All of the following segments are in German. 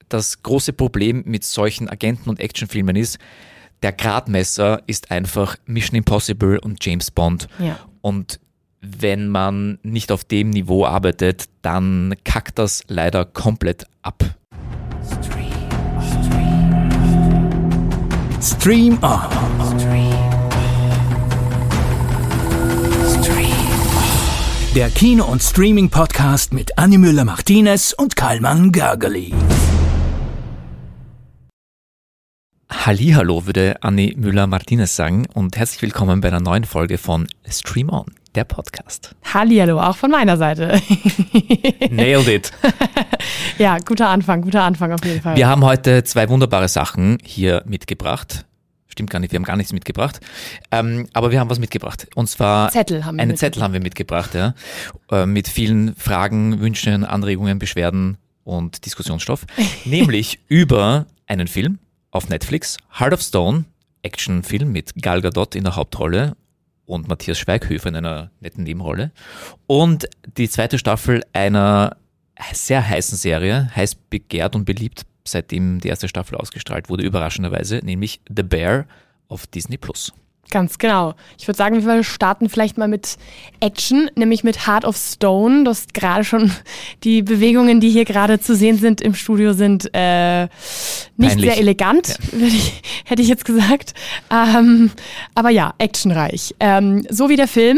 das große Problem mit solchen Agenten- und Actionfilmen ist, der Gradmesser ist einfach Mission Impossible und James Bond. Ja. Und wenn man nicht auf dem Niveau arbeitet, dann kackt das leider komplett ab. Stream On. Der Kino- und Streaming-Podcast mit Anni Müller-Martinez und Kalman Gergely. Hallihallo, würde Anni Müller-Martinez sagen, und herzlich willkommen bei einer neuen Folge von Stream On, der Podcast. Hallihallo, auch von meiner Seite. Nailed it. Ja, guter Anfang auf jeden Fall. Wir haben heute zwei wunderbare Sachen hier mitgebracht. Stimmt gar nicht, wir haben gar nichts mitgebracht. Aber wir haben was mitgebracht. Und zwar Zettel haben wir mitgebracht, ja. Mit vielen Fragen, Wünschen, Anregungen, Beschwerden und Diskussionsstoff. Nämlich über einen Film auf Netflix, Heart of Stone, Actionfilm mit Gal Gadot in der Hauptrolle und Matthias Schweighöfer in einer netten Nebenrolle. Und die zweite Staffel einer sehr heißen Serie, heiß begehrt und beliebt, seitdem die erste Staffel ausgestrahlt wurde, überraschenderweise, nämlich The Bear auf Disney+. Ganz genau. Ich würde sagen, wir starten vielleicht mal mit Action, nämlich mit Heart of Stone. Du hast gerade schon die Bewegungen, die hier gerade zu sehen sind im Studio, sind nicht Peinlich. sehr elegant, hätte ich jetzt gesagt. Aber ja, actionreich. So wie der Film.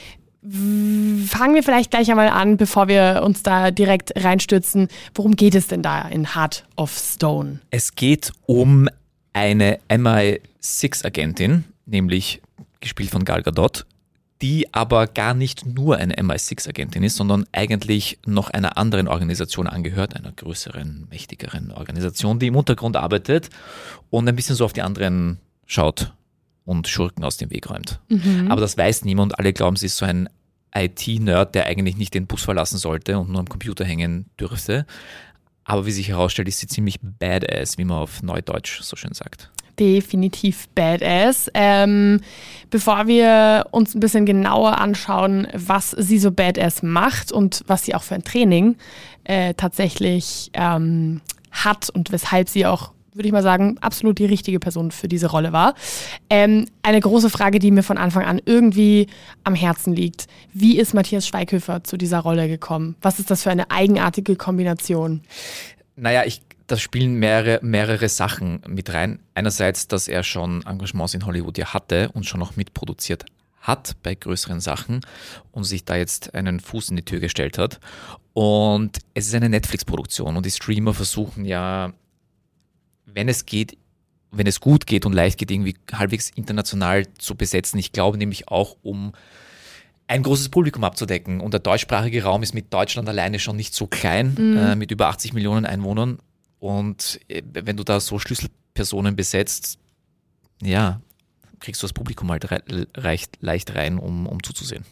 Fangen wir vielleicht gleich einmal an, bevor wir uns da direkt reinstürzen. Worum geht es denn da in Heart of Stone? Es geht um eine MI6-Agentin, nämlich gespielt von Gal Gadot, die aber gar nicht nur eine MI6-Agentin ist, sondern eigentlich noch einer anderen Organisation angehört, einer größeren, mächtigeren Organisation, die im Untergrund arbeitet und ein bisschen so auf die anderen schaut und Schurken aus dem Weg räumt. Aber das weiß niemand. Alle glauben, sie ist so ein IT-Nerd, der eigentlich nicht den Bus verlassen sollte und nur am Computer hängen dürfte. Aber wie sich herausstellt, ist sie ziemlich badass, wie man auf Neudeutsch so schön sagt. Definitiv badass. Bevor wir uns ein bisschen genauer anschauen, was sie so badass macht und was sie auch für ein Training tatsächlich hat und weshalb sie auch, würde ich mal sagen, absolut die richtige Person für diese Rolle war. Eine große Frage, die mir von Anfang an irgendwie am Herzen liegt. Wie ist Matthias Schweighöfer zu dieser Rolle gekommen? Was ist das für eine eigenartige Kombination? Naja, da spielen mehrere Sachen mit rein. Einerseits, dass er schon Engagements in Hollywood ja hatte und schon auch mitproduziert hat bei größeren Sachen und sich da jetzt einen Fuß in die Tür gestellt hat. Und es ist eine Netflix-Produktion und die Streamer versuchen ja, wenn es gut geht und leicht geht, irgendwie halbwegs international zu besetzen. Ich glaube nämlich auch, um ein großes Publikum abzudecken. Und der deutschsprachige Raum ist mit Deutschland alleine schon nicht so klein, mit über 80 Millionen Einwohnern. Und wenn du da so Schlüsselpersonen besetzt, ja, kriegst du das Publikum halt leicht rein, um zuzusehen.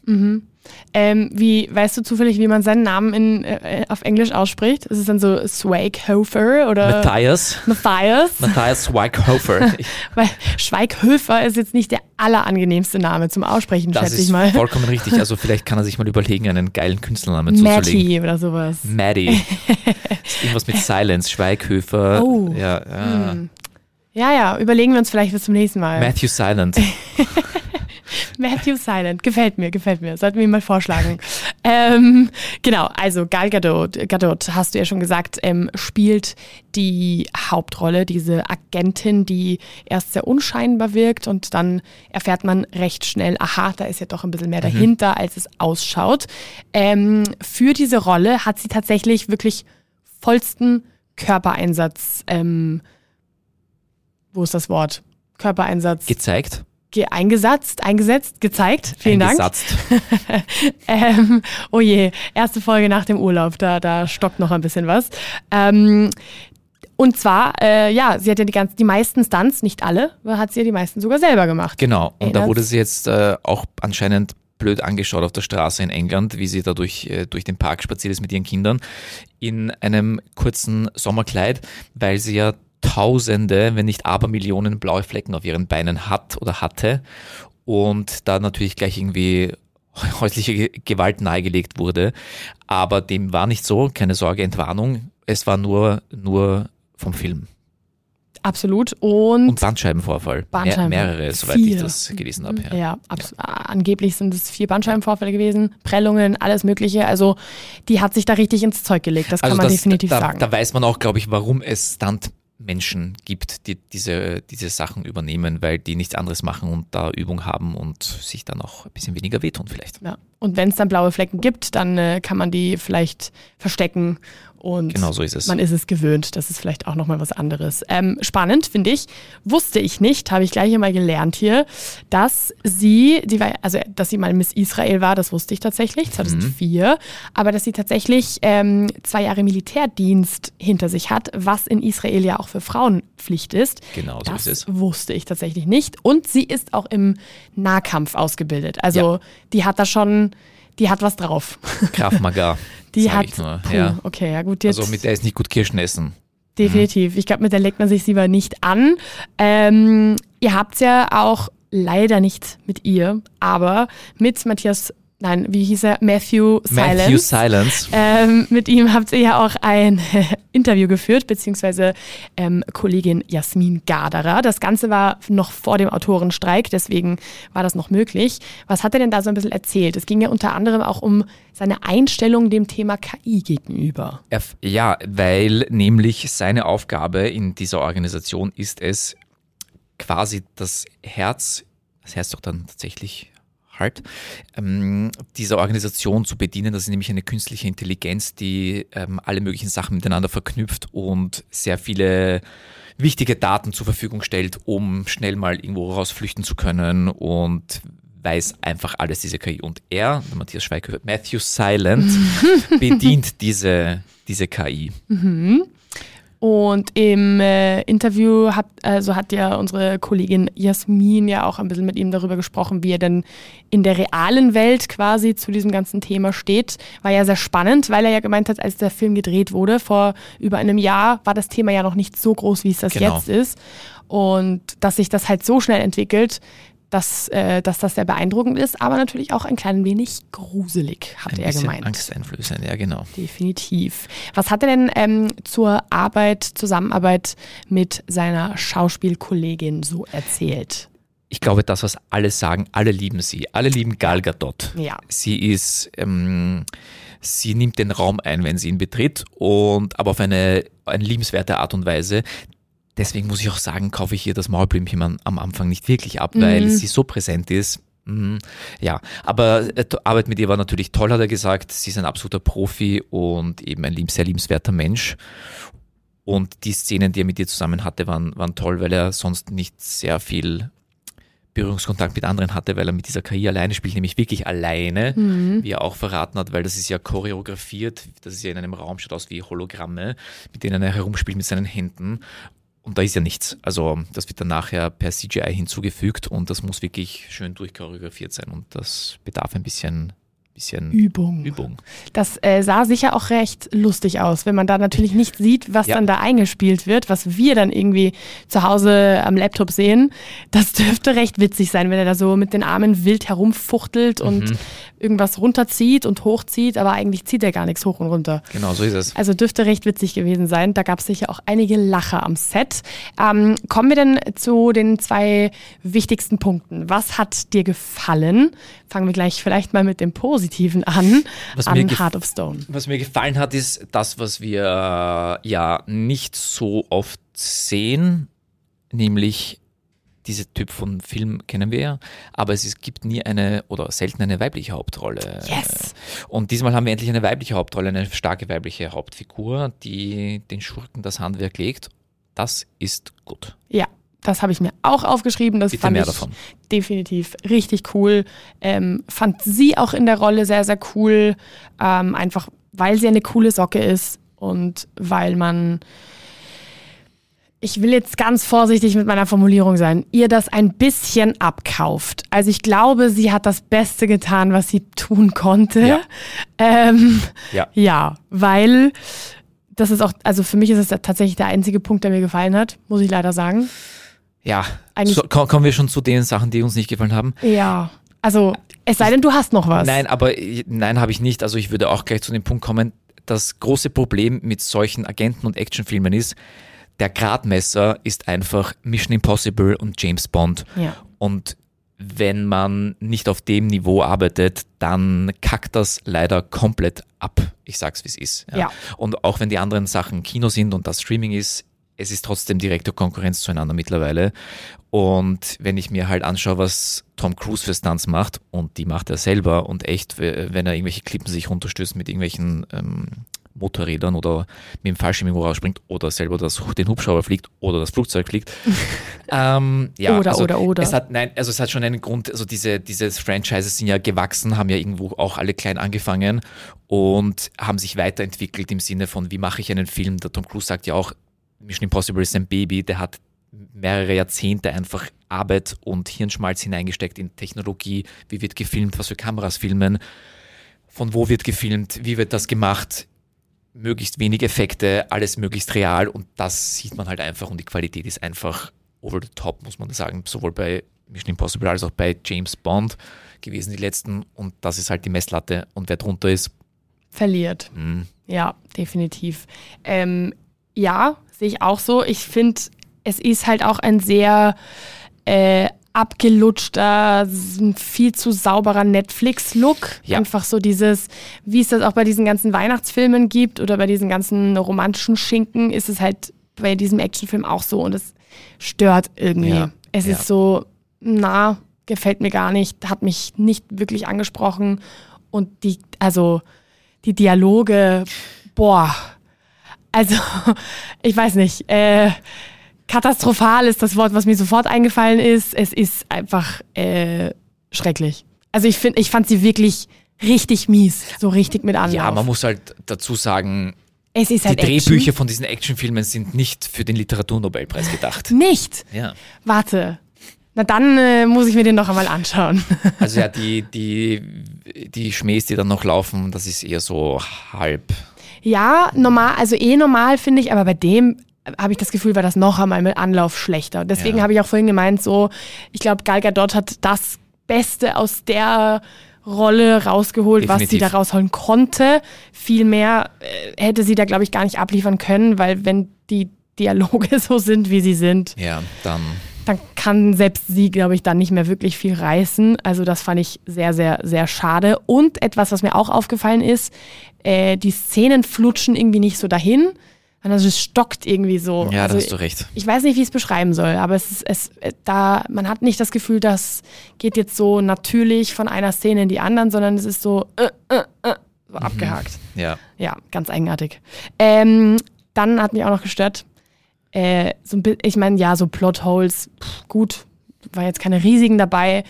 Weißt du zufällig, wie man seinen Namen auf Englisch ausspricht? Ist es dann so Schweighöfer oder? Matthias Schweighöfer. Weil Schweighöfer ist jetzt nicht der allerangenehmste Name zum Aussprechen, schätze ich mal. Das ist vollkommen richtig. Also vielleicht kann er sich mal überlegen, einen geilen Künstlernamen zuzulegen. Matty oder sowas. Maddie. Irgendwas mit Silence, Schweighöfer. Oh. Ja. Ja, überlegen wir uns vielleicht bis zum nächsten Mal. Matthew Silent. Matthew Silent, gefällt mir. Sollten wir ihn mal vorschlagen. Genau, also Gal Gadot, hast du ja schon gesagt, spielt die Hauptrolle, diese Agentin, die erst sehr unscheinbar wirkt und dann erfährt man recht schnell, aha, da ist ja doch ein bisschen mehr dahinter, als es ausschaut. Für diese Rolle hat sie tatsächlich wirklich vollsten Körpereinsatz, wo ist das Wort? Körpereinsatz. Gezeigt. Eingesetzt. Vielen Dank. Oh je, erste Folge nach dem Urlaub, da stockt noch ein bisschen was. Und zwar, sie hat ja die meisten Stunts, nicht alle, hat sie ja die meisten sogar selber gemacht. Genau, und da wurde sie jetzt auch anscheinend blöd angeschaut auf der Straße in England, wie sie da durch den Park spaziert ist mit ihren Kindern in einem kurzen Sommerkleid, weil sie ja Tausende, wenn nicht Abermillionen blaue Flecken auf ihren Beinen hat oder hatte und da natürlich gleich irgendwie häusliche Gewalt nahegelegt wurde. Aber dem war nicht so, keine Sorge, Entwarnung. Es war nur vom Film. Absolut. Und Bandscheibenvorfall. Mehrere, soweit 4. ich das gelesen habe. Ja, angeblich sind es 4 Bandscheibenvorfälle gewesen, Prellungen, alles Mögliche. Also die hat sich da richtig ins Zeug gelegt, das kann man definitiv sagen. Da weiß man auch, glaube ich, warum es Stuntmenschen gibt, die diese Sachen übernehmen, weil die nichts anderes machen und da Übung haben und sich dann auch ein bisschen weniger wehtun vielleicht. Ja. Und wenn es dann blaue Flecken gibt, dann kann man die vielleicht verstecken. Und genau so ist es. Man ist es gewöhnt. Das ist vielleicht auch nochmal was anderes. Spannend, finde ich. Wusste ich nicht, habe ich gleich einmal gelernt hier, dass dass sie mal Miss Israel war, das wusste ich tatsächlich, 2004. Aber dass sie tatsächlich 2 Jahre Militärdienst hinter sich hat, was in Israel ja auch für Frauen Pflicht ist. Genau so ist es. Das wusste ich tatsächlich nicht. Und sie ist auch im Nahkampf ausgebildet. Also die hat was drauf. Krav Maga. Die hat, okay, ja gut. Jetzt, also mit der ist nicht gut Kirschen essen. Definitiv. Ich glaube, mit der legt man sich lieber nicht an. Ihr habt es ja auch leider nicht mit ihr, aber mit wie hieß er? Matthew Silence. Mit ihm habt ihr ja auch ein Interview geführt, beziehungsweise Kollegin Jasmin Garderer. Das Ganze war noch vor dem Autorenstreik, deswegen war das noch möglich. Was hat er denn da so ein bisschen erzählt? Es ging ja unter anderem auch um seine Einstellung dem Thema KI gegenüber. Ja, weil nämlich seine Aufgabe in dieser Organisation ist es, quasi das heißt doch dann tatsächlich dieser Organisation zu bedienen. Das ist nämlich eine künstliche Intelligenz, die alle möglichen Sachen miteinander verknüpft und sehr viele wichtige Daten zur Verfügung stellt, um schnell mal irgendwo rausflüchten zu können und weiß einfach alles, diese KI. Und der Matthias Schweighöfer, Matthew Silent, bedient diese KI. Mhm. Und im Interview hat ja unsere Kollegin Jasmin ja auch ein bisschen mit ihm darüber gesprochen, wie er denn in der realen Welt quasi zu diesem ganzen Thema steht. War ja sehr spannend, weil er ja gemeint hat, als der Film gedreht wurde, vor über einem Jahr, war das Thema ja noch nicht so groß, wie es das jetzt ist. Und dass sich das halt so schnell entwickelt, dass das sehr beeindruckend ist, aber natürlich auch ein klein wenig gruselig, hat er gemeint. Angsteinflößend, ja genau. Definitiv. Was hat er denn zur Zusammenarbeit mit seiner Schauspielkollegin so erzählt? Ich glaube, das, was alle sagen, alle lieben sie. Alle lieben Gal Gadot. Ja. Sie nimmt den Raum ein, wenn sie ihn betritt, aber auf eine liebenswerte Art und Weise. Deswegen muss ich auch sagen, kaufe ich ihr das Maulblümchen am Anfang nicht wirklich ab, weil sie so präsent ist. Ja, aber Arbeit mit ihr war natürlich toll, hat er gesagt. Sie ist ein absoluter Profi und eben ein sehr liebenswerter Mensch. Und die Szenen, die er mit ihr zusammen hatte, waren toll, weil er sonst nicht sehr viel Berührungskontakt mit anderen hatte, weil er mit dieser KI alleine spielt, nämlich wirklich alleine, wie er auch verraten hat, weil das ist ja choreografiert, das ist ja in einem Raum, schaut aus wie Hologramme, mit denen er herumspielt mit seinen Händen. Und da ist ja nichts. Also das wird dann nachher per CGI hinzugefügt und das muss wirklich schön durchchoreografiert sein und das bedarf ein bisschen Übung. Das sah sicher auch recht lustig aus, wenn man da natürlich nicht sieht, was dann da eingespielt wird, was wir dann irgendwie zu Hause am Laptop sehen. Das dürfte recht witzig sein, wenn er da so mit den Armen wild herumfuchtelt und irgendwas runterzieht und hochzieht, aber eigentlich zieht er gar nichts hoch und runter. Genau, so ist es. Also dürfte recht witzig gewesen sein. Da gab es sicher auch einige Lacher am Set. Kommen wir denn zu den 2 wichtigsten Punkten. Was hat dir gefallen? Fangen wir gleich vielleicht mal mit dem Positiven an Heart of Stone. Was mir gefallen hat, ist das, was wir ja nicht so oft sehen, nämlich diese Typ von Film kennen wir ja, aber es gibt nie selten eine weibliche Hauptrolle. Yes! Und diesmal haben wir endlich eine weibliche Hauptrolle, eine starke weibliche Hauptfigur, die den Schurken das Handwerk legt. Das ist gut. Ja. Das habe ich mir auch aufgeschrieben. Das fand ich definitiv richtig cool. Fand sie auch in der Rolle sehr, sehr cool. Einfach, weil sie eine coole Socke ist und weil ich will jetzt ganz vorsichtig mit meiner Formulierung sein, ihr das ein bisschen abkauft. Also ich glaube, sie hat das Beste getan, was sie tun konnte. Ja, weil das ist auch, also für mich ist es tatsächlich der einzige Punkt, der mir gefallen hat, muss ich leider sagen. Ja, kommen wir schon zu den Sachen, die uns nicht gefallen haben? Ja, also es sei denn, du hast noch was. Nein, habe ich nicht. Also ich würde auch gleich zu dem Punkt kommen, das große Problem mit solchen Agenten- und Actionfilmen ist, der Gradmesser ist einfach Mission Impossible und James Bond. Ja. Und wenn man nicht auf dem Niveau arbeitet, dann kackt das leider komplett ab. Ich sag's, wie es ist. Ja. Und auch wenn die anderen Sachen Kino sind und das Streaming ist, es ist trotzdem direkte Konkurrenz zueinander mittlerweile. Und wenn ich mir halt anschaue, was Tom Cruise für Stunts macht, und die macht er selber, und echt, wenn er irgendwelche Klippen sich runterstößt mit irgendwelchen Motorrädern oder mit dem Fallschirm irgendwo rausspringt oder selber den Hubschrauber fliegt oder das Flugzeug fliegt. Oder. Es hat schon einen Grund, also diese Franchises sind ja gewachsen, haben ja irgendwo auch alle klein angefangen und haben sich weiterentwickelt im Sinne von, wie mache ich einen Film? Der Tom Cruise sagt ja auch, Mission Impossible ist ein Baby, der hat mehrere Jahrzehnte einfach Arbeit und Hirnschmalz hineingesteckt in Technologie, wie wird gefilmt, was für Kameras filmen, von wo wird gefilmt, wie wird das gemacht, möglichst wenig Effekte, alles möglichst real, und das sieht man halt einfach, und die Qualität ist einfach over the top, muss man sagen, sowohl bei Mission Impossible als auch bei James Bond gewesen, die letzten, und das ist halt die Messlatte, und wer drunter ist, verliert. Ja, definitiv. Ja, sehe ich auch so. Ich finde, es ist halt auch ein sehr abgelutschter, viel zu sauberer Netflix-Look. Ja. Einfach so dieses, wie es das auch bei diesen ganzen Weihnachtsfilmen gibt oder bei diesen ganzen romantischen Schinken, ist es halt bei diesem Actionfilm auch so, und es stört irgendwie. Ja. Es ist so, gefällt mir gar nicht, hat mich nicht wirklich angesprochen, und die Dialoge, also ich weiß nicht, katastrophal ist das Wort, was mir sofort eingefallen ist. Es ist einfach schrecklich. Also ich fand sie wirklich richtig mies, so richtig mit Anlauf. Ja, man muss halt dazu sagen, es ist halt die Drehbücher Action. von diesen Actionfilmen sind nicht für den Literaturnobelpreis gedacht. Nicht? Ja. Warte. Na dann muss ich mir den noch einmal anschauen. Also ja, die Schmähs, die dann noch laufen, das ist eher so halb. Ja, normal, also normal finde ich, aber bei dem habe ich das Gefühl, war das noch einmal mit Anlauf schlechter. Deswegen habe ich auch vorhin gemeint, so, ich glaube, Gal Gadot hat das Beste aus der Rolle rausgeholt, Definitiv. was sie da rausholen konnte. Viel mehr hätte sie da, glaube ich, gar nicht abliefern können, weil wenn die Dialoge so sind, wie sie sind, Ja, dann kann selbst sie, glaube ich, dann nicht mehr wirklich viel reißen. Also das fand ich sehr, sehr, sehr schade. Und etwas, was mir auch aufgefallen ist, die Szenen flutschen irgendwie nicht so dahin, sondern es stockt irgendwie so. Ja, also, da hast du recht. Ich weiß nicht, wie ich es beschreiben soll, aber man hat nicht das Gefühl, das geht jetzt so natürlich von einer Szene in die anderen, sondern es ist so abgehakt. Ja. Ja, ganz eigenartig. Dann hat mich auch noch gestört, ich meine, ja, so Plotholes, gut, war jetzt keine riesigen dabei.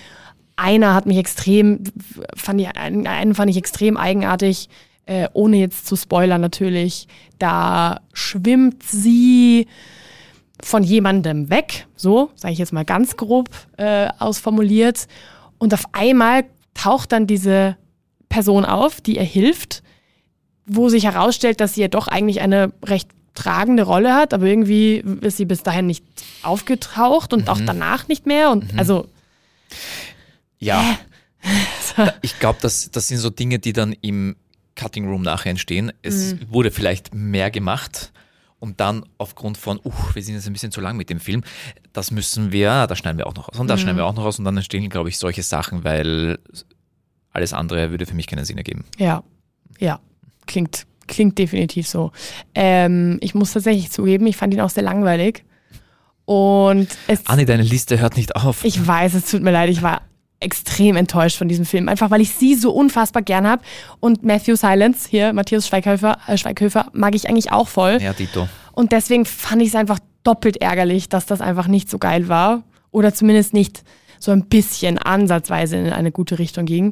Einen fand ich extrem eigenartig, ohne jetzt zu spoilern natürlich. Da schwimmt sie von jemandem weg, so, sage ich jetzt mal ganz grob ausformuliert. Und auf einmal taucht dann diese Person auf, die ihr hilft, wo sich herausstellt, dass sie ja doch eigentlich eine recht tragende Rolle hat, aber irgendwie ist sie bis dahin nicht aufgetaucht und auch danach nicht mehr. Und also. Ja. Ich glaube, das sind so Dinge, die dann im Cutting Room nachher entstehen. Es wurde vielleicht mehr gemacht und dann aufgrund von, wir sind jetzt ein bisschen zu lang mit dem Film, das schneiden wir auch noch raus und das schneiden wir auch noch raus, und dann entstehen, glaube ich, solche Sachen, weil alles andere würde für mich keinen Sinn ergeben. Ja, klingt definitiv so. Ich muss tatsächlich zugeben, ich fand ihn auch sehr langweilig. Und Anni, deine Liste hört nicht auf. Ich weiß, es tut mir leid, ich war extrem enttäuscht von diesem Film, einfach weil ich sie so unfassbar gern habe. Und Matthew Silence, hier, Matthias Schweighöfer, mag ich eigentlich auch voll. Ja, Dito. Und deswegen fand ich es einfach doppelt ärgerlich, dass das einfach nicht so geil war. Oder zumindest nicht so ein bisschen ansatzweise in eine gute Richtung ging.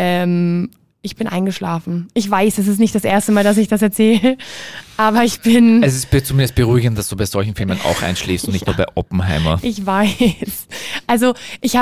Ich bin eingeschlafen. Ich weiß, es ist nicht das erste Mal, dass ich das erzähle, aber ich bin... Es ist zumindest beruhigend, dass du bei solchen Filmen auch einschläfst und nicht nur bei Oppenheimer. Ich weiß. Also ich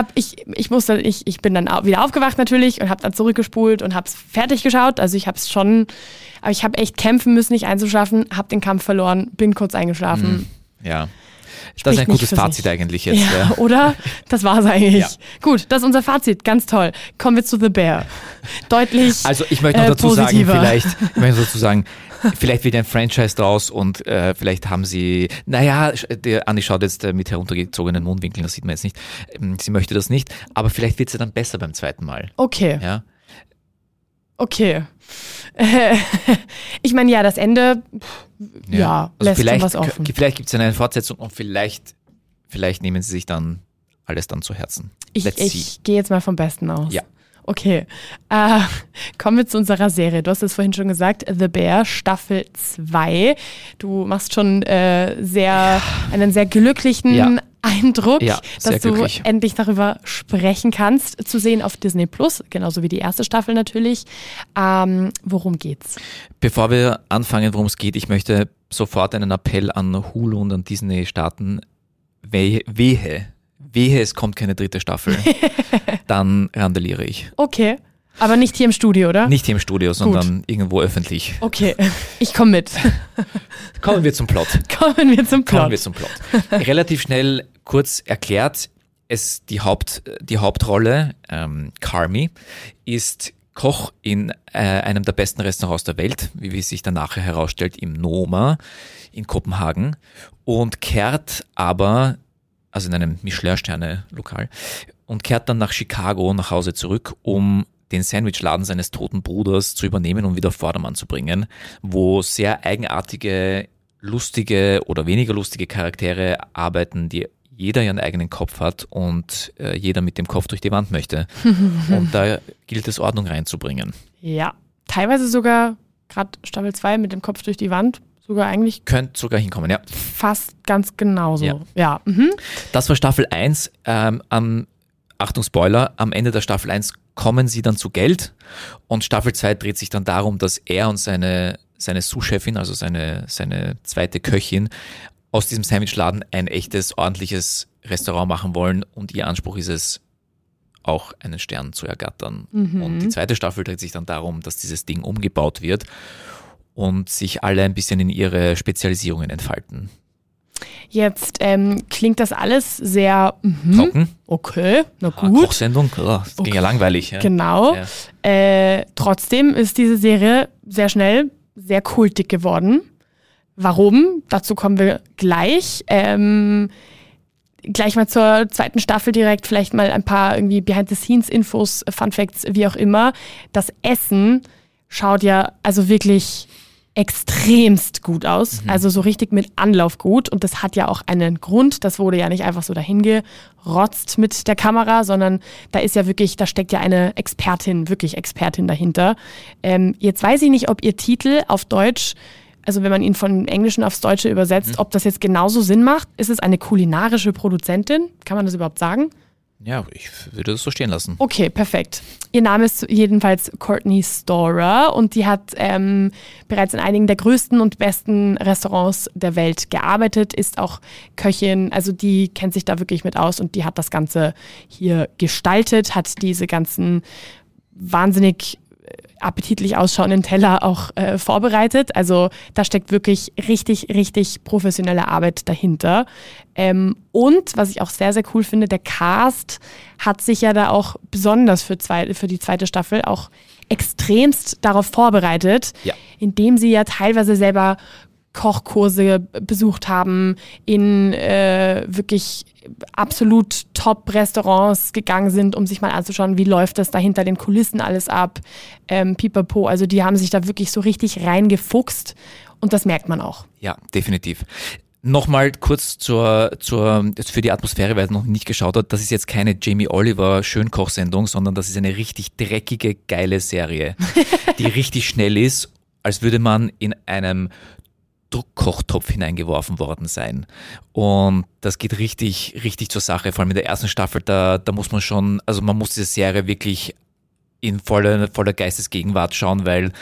bin dann wieder aufgewacht natürlich und habe dann zurückgespult und habe es fertig geschaut. Also ich habe es schon, aber ich habe echt kämpfen müssen, nicht einzuschlafen, habe den Kampf verloren, bin kurz eingeschlafen. Ja. Das ist ein nicht gutes für Fazit sich. eigentlich jetzt. Ja, Ja. oder? Das war's eigentlich. Ja. Gut, das ist unser Fazit. Ganz toll. Kommen wir zu The Bear. Deutlich Also ich möchte noch dazu positiver. sagen, vielleicht wird ein Franchise draus und vielleicht haben sie, der Anni schaut jetzt mit heruntergezogenen Mundwinkeln, das sieht man jetzt nicht. Sie möchte das nicht, aber vielleicht wird sie dann besser beim zweiten Mal. Okay. Ja? Okay. Ich meine, ja, das Ende, ja, Also lässt schon was offen. Vielleicht gibt es eine Fortsetzung und vielleicht nehmen sie sich dann alles dann zu Herzen. Let's see. Ich gehe jetzt mal vom Besten aus. Ja. Okay. Kommen wir zu unserer Serie. Du hast es vorhin schon gesagt, The Bear, Staffel 2. Du machst schon einen sehr glücklichen Eindruck, Ja, sehr dass du glücklich. endlich darüber sprechen kannst. Zu sehen auf Disney Plus, genauso wie die erste Staffel natürlich. Worum geht's? Bevor wir anfangen, worum es geht, ich möchte sofort einen Appell an Hulu und an Disney starten. Wehe, es kommt keine dritte Staffel, dann randaliere ich. Okay, aber nicht hier im Studio, oder? Nicht hier im Studio, sondern irgendwo öffentlich. Okay, ich komme mit. Kommen wir zum Plot. Kommen wir zum Plot. Relativ schnell kurz erklärt, die Hauptrolle, Carmy, ist Koch in einem der besten Restaurants der Welt, wie sich dann nachher herausstellt, im Noma in Kopenhagen und kehrt aber, also in einem Michelin-Sterne-Lokal, und kehrt dann nach Chicago nach Hause zurück, um den Sandwichladen seines toten Bruders zu übernehmen und wieder auf Vordermann zu bringen, wo sehr eigenartige, lustige oder weniger lustige Charaktere arbeiten, die jeder ihren eigenen Kopf hat und jeder mit dem Kopf durch die Wand möchte. Und da gilt es, Ordnung reinzubringen. Ja, teilweise sogar, gerade Staffel 2 mit dem Kopf durch die Wand, sogar eigentlich Könnte sogar hinkommen, ja. fast ganz genauso. Ja. Das war Staffel 1. Achtung, Spoiler, am Ende der Staffel 1 kommen sie dann zu Geld und Staffel 2 dreht sich dann darum, dass er und seine Sous-Chefin, also seine zweite Köchin, aus diesem Sandwichladen ein echtes, ordentliches Restaurant machen wollen und ihr Anspruch ist es, auch einen Stern zu ergattern. Und die zweite Staffel dreht sich dann darum, dass dieses Ding umgebaut wird und sich alle ein bisschen in ihre Spezialisierungen entfalten. Jetzt klingt das alles sehr Trocken? okay, na gut. Kochsendung? Das ging ja langweilig. Ja. Genau. Ja. Trotzdem ist diese Serie sehr schnell sehr kultig geworden. Warum? Dazu kommen wir gleich. Gleich mal zur zweiten Staffel direkt, vielleicht mal ein paar irgendwie Behind-the-Scenes-Infos, Fun-Facts, wie auch immer. Das Essen schaut ja also wirklich extremst gut aus, also so richtig mit Anlauf gut und das hat ja auch einen Grund, das wurde ja nicht einfach so dahin gerotzt mit der Kamera, sondern da steckt ja eine wirklich Expertin dahinter. Jetzt weiß ich nicht, ob ihr Titel auf Deutsch, also wenn man ihn von Englischen aufs Deutsche übersetzt, ob das jetzt genauso Sinn macht. Ist es eine kulinarische Produzentin? Kann man das überhaupt sagen? Ja, ich würde das so stehen lassen. Okay, perfekt. Ihr Name ist jedenfalls Courtney Storer und die hat bereits in einigen der größten und besten Restaurants der Welt gearbeitet, ist auch Köchin, also die kennt sich da wirklich mit aus und die hat das Ganze hier gestaltet, hat diese ganzen wahnsinnig appetitlich ausschauenden Teller auch vorbereitet. Also da steckt wirklich richtig, richtig professionelle Arbeit dahinter. Und was ich auch sehr, sehr cool finde, der Cast hat sich ja da auch besonders für die zweite Staffel auch extremst darauf vorbereitet, indem sie ja teilweise selber Kochkurse besucht haben, in wirklich absolut Top-Restaurants gegangen sind, um sich mal anzuschauen, wie läuft das da hinter den Kulissen alles ab, pipapo, also die haben sich da wirklich so richtig reingefuchst und das merkt man auch. Ja, definitiv. Nochmal kurz für die Atmosphäre, wer es noch nicht geschaut hat, das ist jetzt keine Jamie Oliver Schönkochsendung, sondern das ist eine richtig dreckige, geile Serie, die richtig schnell ist, als würde man in einem Druckkochtopf hineingeworfen worden sein. Und das geht richtig, richtig zur Sache. Vor allem in der ersten Staffel, da muss man schon, also man muss diese Serie wirklich in voller Geistesgegenwart schauen, weil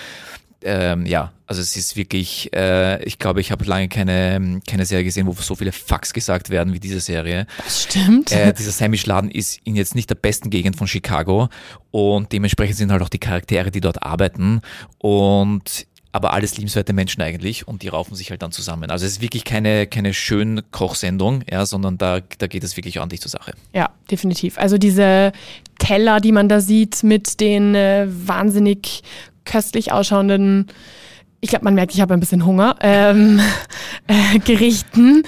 also es ist wirklich, ich glaube, ich habe lange keine Serie gesehen, wo so viele Fucks gesagt werden wie diese Serie. Das stimmt. Dieser Sandwichladen ist in jetzt nicht der besten Gegend von Chicago und dementsprechend sind halt auch die Charaktere, die dort arbeiten. Aber aber alles liebenswerte Menschen eigentlich und die raufen sich halt dann zusammen. Also es ist wirklich keine schöne Kochsendung, ja, sondern da geht es wirklich ordentlich zur Sache. Ja, definitiv. Also diese Teller, die man da sieht mit den wahnsinnig köstlich ausschauenden, ich glaube, man merkt, ich habe ein bisschen Hunger, Gerichten,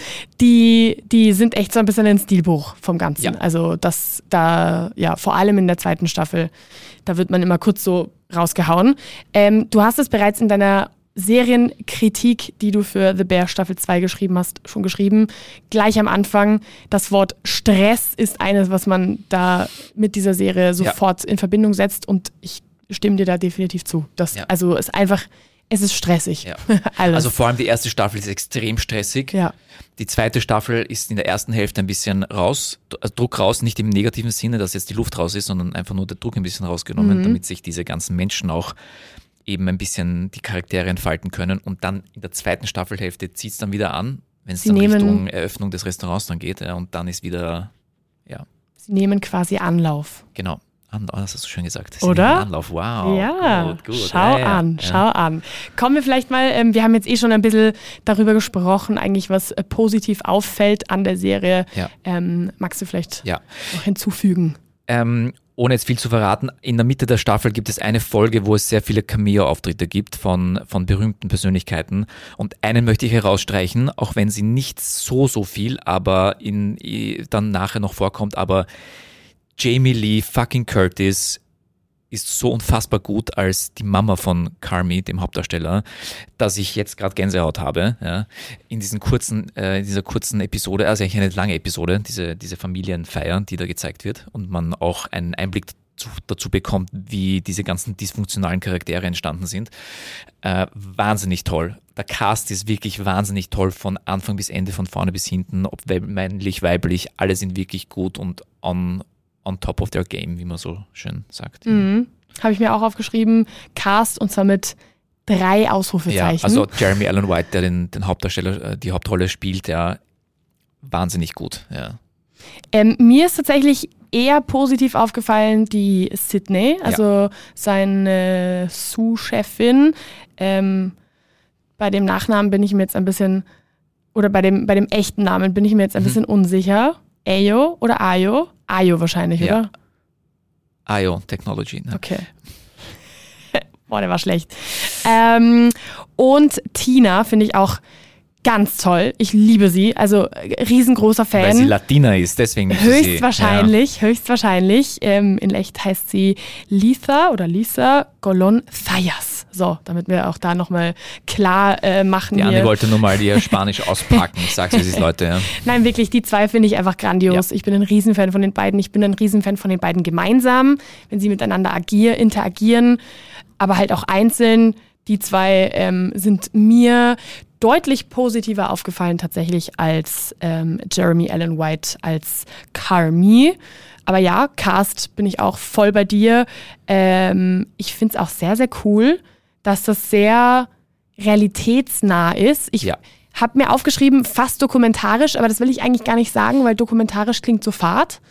die sind echt so ein bisschen ein Stilbuch vom Ganzen. Ja. Also das da, ja, vor allem in der 2. Staffel, da wird man immer kurz so rausgehauen. Du hast es bereits in deiner Serienkritik, die du für The Bear Staffel 2 geschrieben hast, schon geschrieben. Gleich am Anfang, das Wort Stress ist eines, was man da mit dieser Serie sofort in Verbindung setzt und ich stimme dir da definitiv zu. Also ist einfach... Es ist stressig. Ja. Also vor allem die erste Staffel ist extrem stressig. Ja. Die 2. Staffel ist in der ersten Hälfte ein bisschen raus, also Druck raus, nicht im negativen Sinne, dass jetzt die Luft raus ist, sondern einfach nur der Druck ein bisschen rausgenommen, damit sich diese ganzen Menschen auch eben ein bisschen die Charaktere entfalten können. Und dann in der 2. Staffelhälfte zieht es dann wieder an, wenn es dann Richtung Eröffnung des Restaurants dann geht. Ja, und dann ist wieder, ja. Sie nehmen quasi Anlauf. Genau. Das hast du schön gesagt. Oder? Anlauf. Wow. Ja, gut. Schau an. Kommen wir vielleicht mal, wir haben jetzt schon ein bisschen darüber gesprochen, eigentlich was positiv auffällt an der Serie. Ja. Magst du vielleicht noch hinzufügen? Ohne jetzt viel zu verraten, in der Mitte der Staffel gibt es eine Folge, wo es sehr viele Cameo-Auftritte gibt von berühmten Persönlichkeiten. Und einen möchte ich herausstreichen, auch wenn sie nicht so viel, aber dann nachher noch vorkommt, aber Jamie Lee fucking Curtis ist so unfassbar gut als die Mama von Carmy, dem Hauptdarsteller, dass ich jetzt gerade Gänsehaut habe. Ja. In dieser kurzen Episode, also eigentlich eine lange Episode, diese Familienfeier, die da gezeigt wird und man auch einen Einblick dazu bekommt, wie diese ganzen dysfunktionalen Charaktere entstanden sind. Wahnsinnig toll. Der Cast ist wirklich wahnsinnig toll, von Anfang bis Ende, von vorne bis hinten, ob männlich, weiblich, alle sind wirklich gut und on top of their game, wie man so schön sagt. Habe ich mir auch aufgeschrieben, Cast und zwar mit 3 Ausrufezeichen. Ja, also Jeremy Allen White, der den Hauptdarsteller, die Hauptrolle spielt, ja, wahnsinnig gut. Ja. Mir ist tatsächlich eher positiv aufgefallen die Sydney, also seine Sous-Chefin. Bei dem Nachnamen bin ich mir jetzt ein bisschen, oder bei dem echten Namen bin ich mir jetzt ein bisschen unsicher. Ayo oder Ayo? Ayo wahrscheinlich, oder? Ayo Technology. Ne? Okay. Boah, der war schlecht. Und Tina finde ich auch ganz toll. Ich liebe sie. Also riesengroßer Fan. Weil sie Latina ist, deswegen. Höchstwahrscheinlich. In echt heißt sie Lisa Golon Zayas. So, damit wir auch da nochmal klar machen. Die Anne wollte nur mal ihr Spanisch auspacken. Ich sag's, wie es ist, Leute. Ja. Nein, wirklich, die 2 finde ich einfach grandios. Ja. Ich bin ein Riesenfan von den beiden. Ich bin ein Riesenfan von den beiden gemeinsam, wenn sie miteinander interagieren, aber halt auch einzeln. Die 2 sind mir deutlich positiver aufgefallen tatsächlich als Jeremy Allen White als Carmy. Aber ja, Cast bin ich auch voll bei dir. Ich finde es auch sehr, sehr cool, dass das sehr realitätsnah ist. Ich habe mir aufgeschrieben, fast dokumentarisch, aber das will ich eigentlich gar nicht sagen, weil dokumentarisch klingt so fad.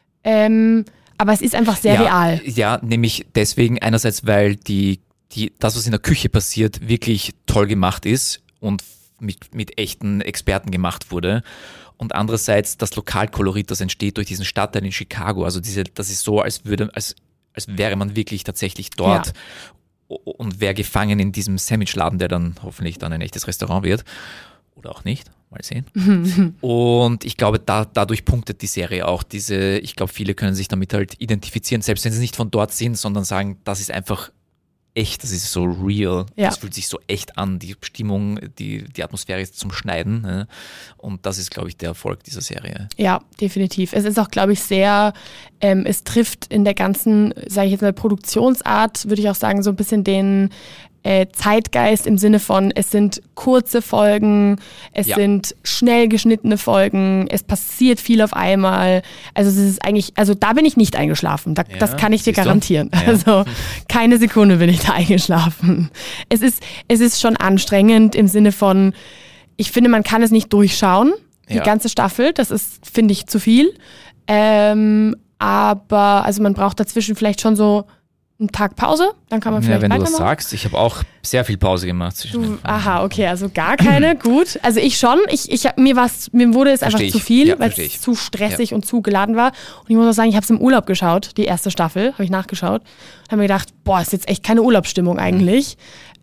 Aber es ist einfach sehr real. Ja, nämlich deswegen einerseits, weil das, was in der Küche passiert, wirklich toll gemacht ist und mit echten Experten gemacht wurde. Und andererseits das Lokalkolorit, das entsteht durch diesen Stadtteil in Chicago. Also das ist so, als wäre man wirklich tatsächlich dort und wäre gefangen in diesem Sandwichladen, der dann hoffentlich dann ein echtes Restaurant wird. Oder auch nicht. Mal sehen. Und ich glaube, dadurch punktet die Serie auch ich glaube, viele können sich damit halt identifizieren, selbst wenn sie nicht von dort sind, sondern sagen, das ist einfach echt, das ist so real, das fühlt sich so echt an, die Stimmung, die Atmosphäre ist zum Schneiden, ne? Und das ist, glaube ich, der Erfolg dieser Serie. Ja, definitiv. Es ist auch, glaube ich, sehr, es trifft in der ganzen, sage ich jetzt mal, Produktionsart, würde ich auch sagen, so ein bisschen den Zeitgeist im Sinne von, es sind kurze Folgen, es sind schnell geschnittene Folgen, es passiert viel auf einmal. Also es ist eigentlich, also da bin ich nicht eingeschlafen, das kann ich dir garantieren. Ja. Also keine Sekunde bin ich da eingeschlafen. Es ist schon anstrengend im Sinne von, ich finde, man kann es nicht durchschauen, die ganze Staffel, das ist, finde ich, zu viel. Aber also man braucht dazwischen vielleicht schon so einen Tag Pause, dann kann man vielleicht wenn du weitermachen. das sagst, ich habe auch sehr viel Pause gemacht. Aha, okay, also gar keine, gut. Also ich schon, mir wurde es einfach zu viel, weil es zu stressig und zu geladen war. Und ich muss auch sagen, ich habe es im Urlaub geschaut, die erste Staffel, habe ich nachgeschaut. Und habe mir gedacht, ist jetzt echt keine Urlaubsstimmung eigentlich.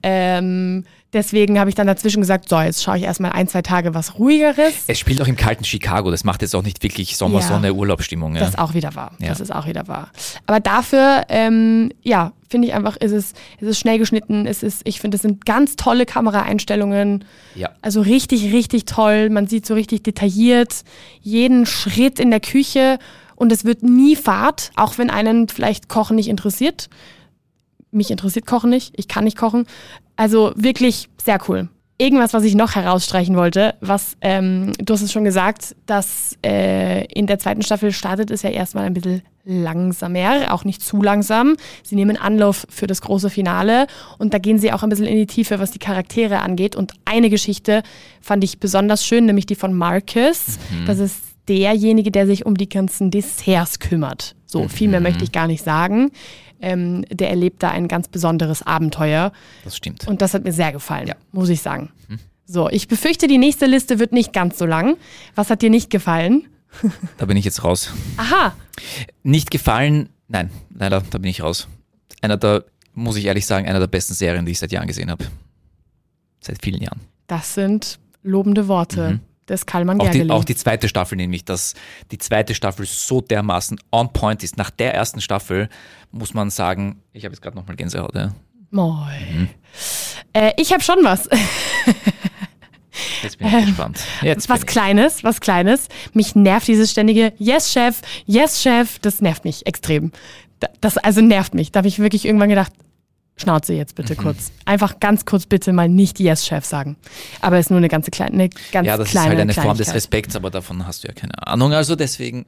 Deswegen habe ich dann dazwischen gesagt, so, jetzt schaue ich erstmal 1-2 Tage was Ruhigeres. Es spielt auch im kalten Chicago, das macht jetzt auch nicht wirklich Sommersonne, Urlaubsstimmung. Ja. Das ist auch wieder wahr. Ja. Das ist auch wieder wahr. Aber dafür, finde ich einfach, ist es schnell geschnitten, ich finde, es sind ganz tolle Kameraeinstellungen. Ja. Also richtig, richtig toll. Man sieht so richtig detailliert jeden Schritt in der Küche und es wird nie fad, auch wenn einen vielleicht Kochen nicht interessiert. Mich interessiert Kochen nicht, ich kann nicht kochen. Also wirklich sehr cool. Irgendwas, was ich noch herausstreichen wollte, du hast es schon gesagt, dass in der zweiten Staffel startet es ja erstmal ein bisschen langsamer, auch nicht zu langsam. Sie nehmen Anlauf für das große Finale und da gehen sie auch ein bisschen in die Tiefe, was die Charaktere angeht. Und eine Geschichte fand ich besonders schön, nämlich die von Marcus. Das ist derjenige, der sich um die ganzen Desserts kümmert. So, viel mehr möchte ich gar nicht sagen. Der erlebt da ein ganz besonderes Abenteuer. Das stimmt. Und das hat mir sehr gefallen, muss ich sagen. So, ich befürchte, die nächste Liste wird nicht ganz so lang. Was hat dir nicht gefallen? Da bin ich jetzt raus. Aha. Nicht gefallen, nein, leider, da bin ich raus. Muss ich ehrlich sagen, einer der besten Serien, die ich seit Jahren gesehen habe. Seit vielen Jahren. Das sind lobende Worte. Des Kalman Gergely. Auch die zweite Staffel, nämlich, dass die zweite Staffel so dermaßen on point ist. Nach der ersten Staffel muss man sagen, ich habe jetzt gerade nochmal Gänsehaut. Ja. Moi. Ich habe schon was. Jetzt bin ich gespannt. Was Kleines. Mich nervt dieses ständige Yes, Chef, das nervt mich extrem. Das nervt mich. Da habe ich wirklich irgendwann gedacht, Schnauze jetzt bitte kurz. Einfach ganz kurz bitte mal nicht Yes-Chef sagen. Aber es ist nur eine ganz kleine Ja, das ist halt eine Form des Respekts, aber davon hast du ja keine Ahnung. Also deswegen...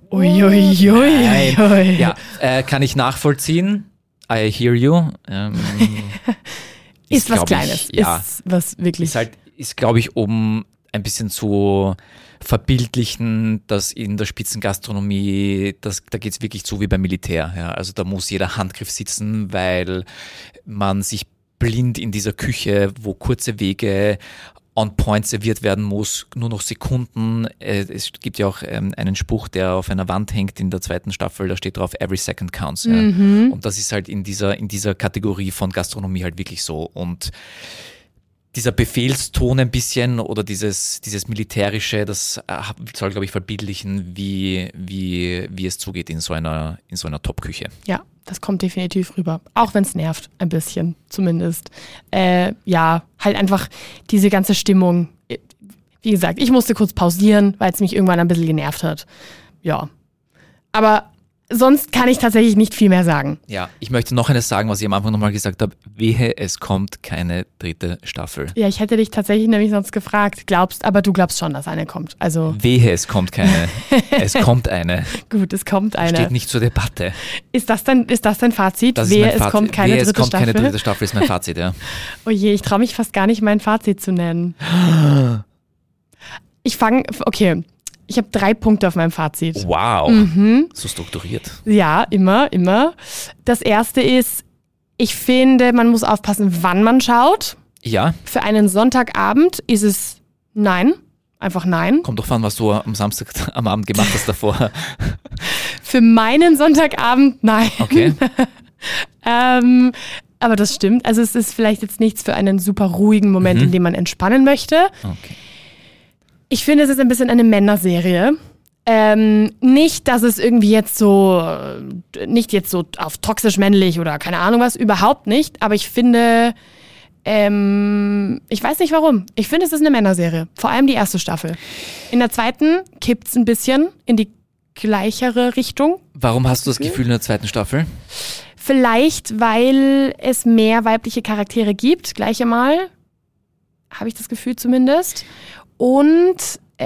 Uiuiui. Ja, kann ich nachvollziehen. I hear you. Ist was Kleines. Ist was wirklich... Ist, glaube ich, um ein bisschen zu verbildlichen, dass in der Spitzengastronomie, da geht es wirklich zu wie beim Militär. Ja. Also da muss jeder Handgriff sitzen, weil man sich blind in dieser Küche, wo kurze Wege on point serviert werden muss, nur noch Sekunden. Es gibt ja auch einen Spruch, der auf einer Wand hängt in der zweiten Staffel, da steht drauf, every second counts. Ja. Und das ist halt in dieser Kategorie von Gastronomie halt wirklich so. Und dieser Befehlston ein bisschen oder dieses Militärische, das soll, glaube ich, verbildlichen, wie es zugeht in so einer Top-Küche. Ja, das kommt definitiv rüber. Auch wenn es nervt, ein bisschen zumindest. Halt einfach diese ganze Stimmung. Wie gesagt, ich musste kurz pausieren, weil es mich irgendwann ein bisschen genervt hat. Ja, aber sonst kann ich tatsächlich nicht viel mehr sagen. Ja, ich möchte noch eines sagen, was ich am Anfang nochmal gesagt habe. Wehe, es kommt keine dritte Staffel. Ja, ich hätte dich tatsächlich nämlich sonst gefragt, aber du glaubst schon, dass eine kommt. Also wehe, es kommt keine. Es kommt eine. Gut, es kommt eine. Steht nicht zur Debatte. Ist das dein Fazit? Es kommt keine dritte Staffel, ist mein Fazit, ja. Oh je, ich traue mich fast gar nicht, mein Fazit zu nennen. Ich habe 3 Punkte auf meinem Fazit. Wow, so strukturiert. Ja, immer. Das erste ist, ich finde, man muss aufpassen, wann man schaut. Ja. Für einen Sonntagabend ist es nein, einfach nein. Kommt doch an, was du am Samstag am Abend gemacht hast davor. Für meinen Sonntagabend nein. Okay. Aber das stimmt. Also es ist vielleicht jetzt nichts für einen super ruhigen Moment, in dem man entspannen möchte. Okay. Ich finde, es ist ein bisschen eine Männerserie. Nicht, dass es irgendwie jetzt so auf toxisch männlich oder keine Ahnung was, überhaupt nicht. Aber ich finde, ich weiß nicht warum. Ich finde, es ist eine Männerserie. Vor allem die erste Staffel. In der zweiten kippt es ein bisschen in die gleichere Richtung. Warum hast du das Gefühl in der zweiten Staffel? Vielleicht, weil es mehr weibliche Charaktere gibt, gleich einmal. Habe ich das Gefühl zumindest. Und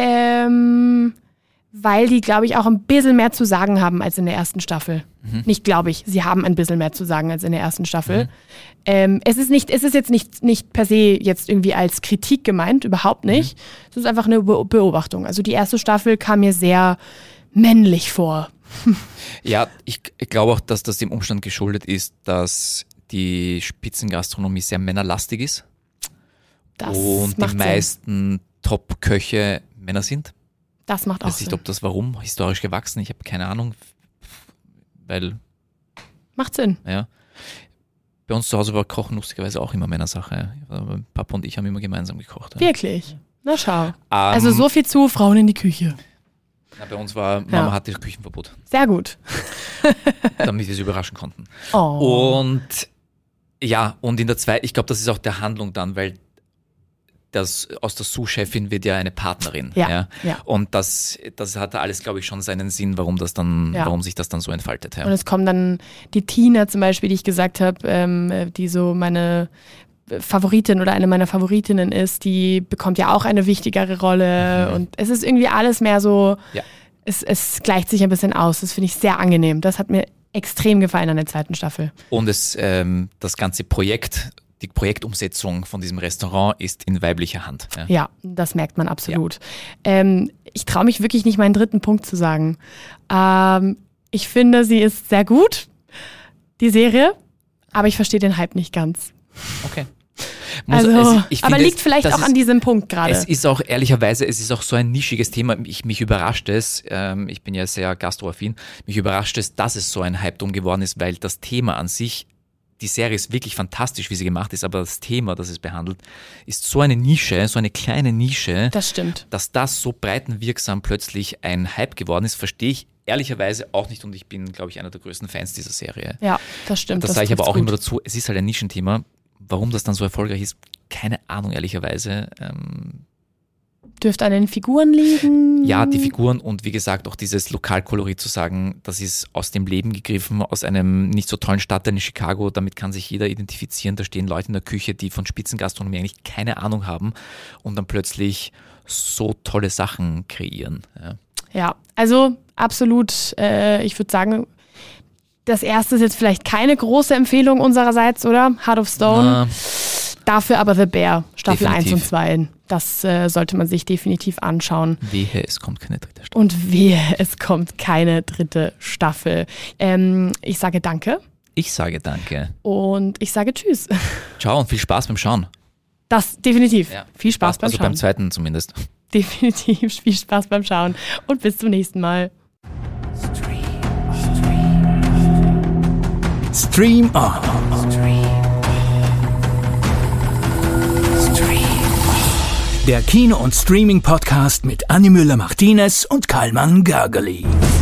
weil die, glaube ich, auch ein bisschen mehr zu sagen haben als in der ersten Staffel. Nicht glaube ich, sie haben ein bisschen mehr zu sagen als in der ersten Staffel. Es ist jetzt nicht per se jetzt irgendwie als Kritik gemeint, überhaupt nicht. Es ist einfach eine Beobachtung. Also die erste Staffel kam mir sehr männlich vor. Ja, ich glaube auch, dass das dem Umstand geschuldet ist, dass die Spitzengastronomie sehr männerlastig ist. Das und macht die Sinn. meisten Top-Köche Männer sind. Das macht Ich auch weiß nicht, Sinn. ob das warum, historisch gewachsen, ich habe keine Ahnung, weil, Macht Sinn. ja, bei uns zu Hause war Kochen lustigerweise auch immer Männersache. Papa und ich haben immer gemeinsam gekocht. Ja. Wirklich. Na schau. Also so viel zu Frauen in die Küche. Na, bei uns war, Mama hatte Küchenverbot, Sehr gut. damit wir sie überraschen konnten. Oh. Und ja, und in der zweiten, ich glaube, das ist auch der Handlung dann, weil das aus der Sous-Chefin wird ja eine Partnerin. Ja. Und das hat alles, glaube ich, schon seinen Sinn, warum sich das dann so entfaltet. Ja. Und es kommen dann die Tina zum Beispiel, die ich gesagt habe, die so meine Favoritin oder eine meiner Favoritinnen ist, die bekommt ja auch eine wichtigere Rolle. Und es ist irgendwie alles mehr so, es gleicht sich ein bisschen aus. Das finde ich sehr angenehm. Das hat mir extrem gefallen an der zweiten Staffel. Und das ganze Projekt, die Projektumsetzung von diesem Restaurant ist in weiblicher Hand. Ja, das merkt man absolut. Ja. Ich traue mich wirklich nicht, meinen dritten Punkt zu sagen. Ich finde, sie ist sehr gut, die Serie, aber ich verstehe den Hype nicht ganz. Okay. Aber liegt vielleicht auch an diesem Punkt gerade. Es ist auch, ehrlicherweise, es ist auch so ein nischiges Thema. Mich überrascht es, ich bin ja sehr gastroaffin, mich überrascht es, dass es so ein Hype drum geworden ist, weil das Thema an sich, die Serie ist wirklich fantastisch, wie sie gemacht ist, aber das Thema, das es behandelt, ist so eine Nische, so eine kleine Nische. Das stimmt. Dass das so breitenwirksam plötzlich ein Hype geworden ist, verstehe ich ehrlicherweise auch nicht und ich bin, glaube ich, einer der größten Fans dieser Serie. Ja, das stimmt. Das sage ich aber auch immer dazu, es ist halt ein Nischenthema. Warum das dann so erfolgreich ist, keine Ahnung, ehrlicherweise. Dürfte an den Figuren liegen? Ja, die Figuren und wie gesagt auch dieses Lokalkolorit zu sagen, das ist aus dem Leben gegriffen, aus einem nicht so tollen Stadtteil in Chicago, damit kann sich jeder identifizieren. Da stehen Leute in der Küche, die von Spitzengastronomie eigentlich keine Ahnung haben und dann plötzlich so tolle Sachen kreieren. Ja, also absolut, ich würde sagen, das erste ist jetzt vielleicht keine große Empfehlung unsererseits, oder? Heart of Stone. Dafür aber The Bear, Staffel definitiv. 1 und 2. Das sollte man sich definitiv anschauen. Wehe, es kommt keine dritte Staffel. Und wehe, es kommt keine dritte Staffel. Ich sage danke. Ich sage danke. Und ich sage tschüss. Ciao und viel Spaß beim Schauen. Das definitiv. Ja, viel Spaß beim Schauen. Also beim zweiten zumindest. Definitiv viel Spaß beim Schauen. Und bis zum nächsten Mal. Stream On. Der Kino- und Streaming-Podcast mit Anni Müller-Martinez und Kallmann Gergely.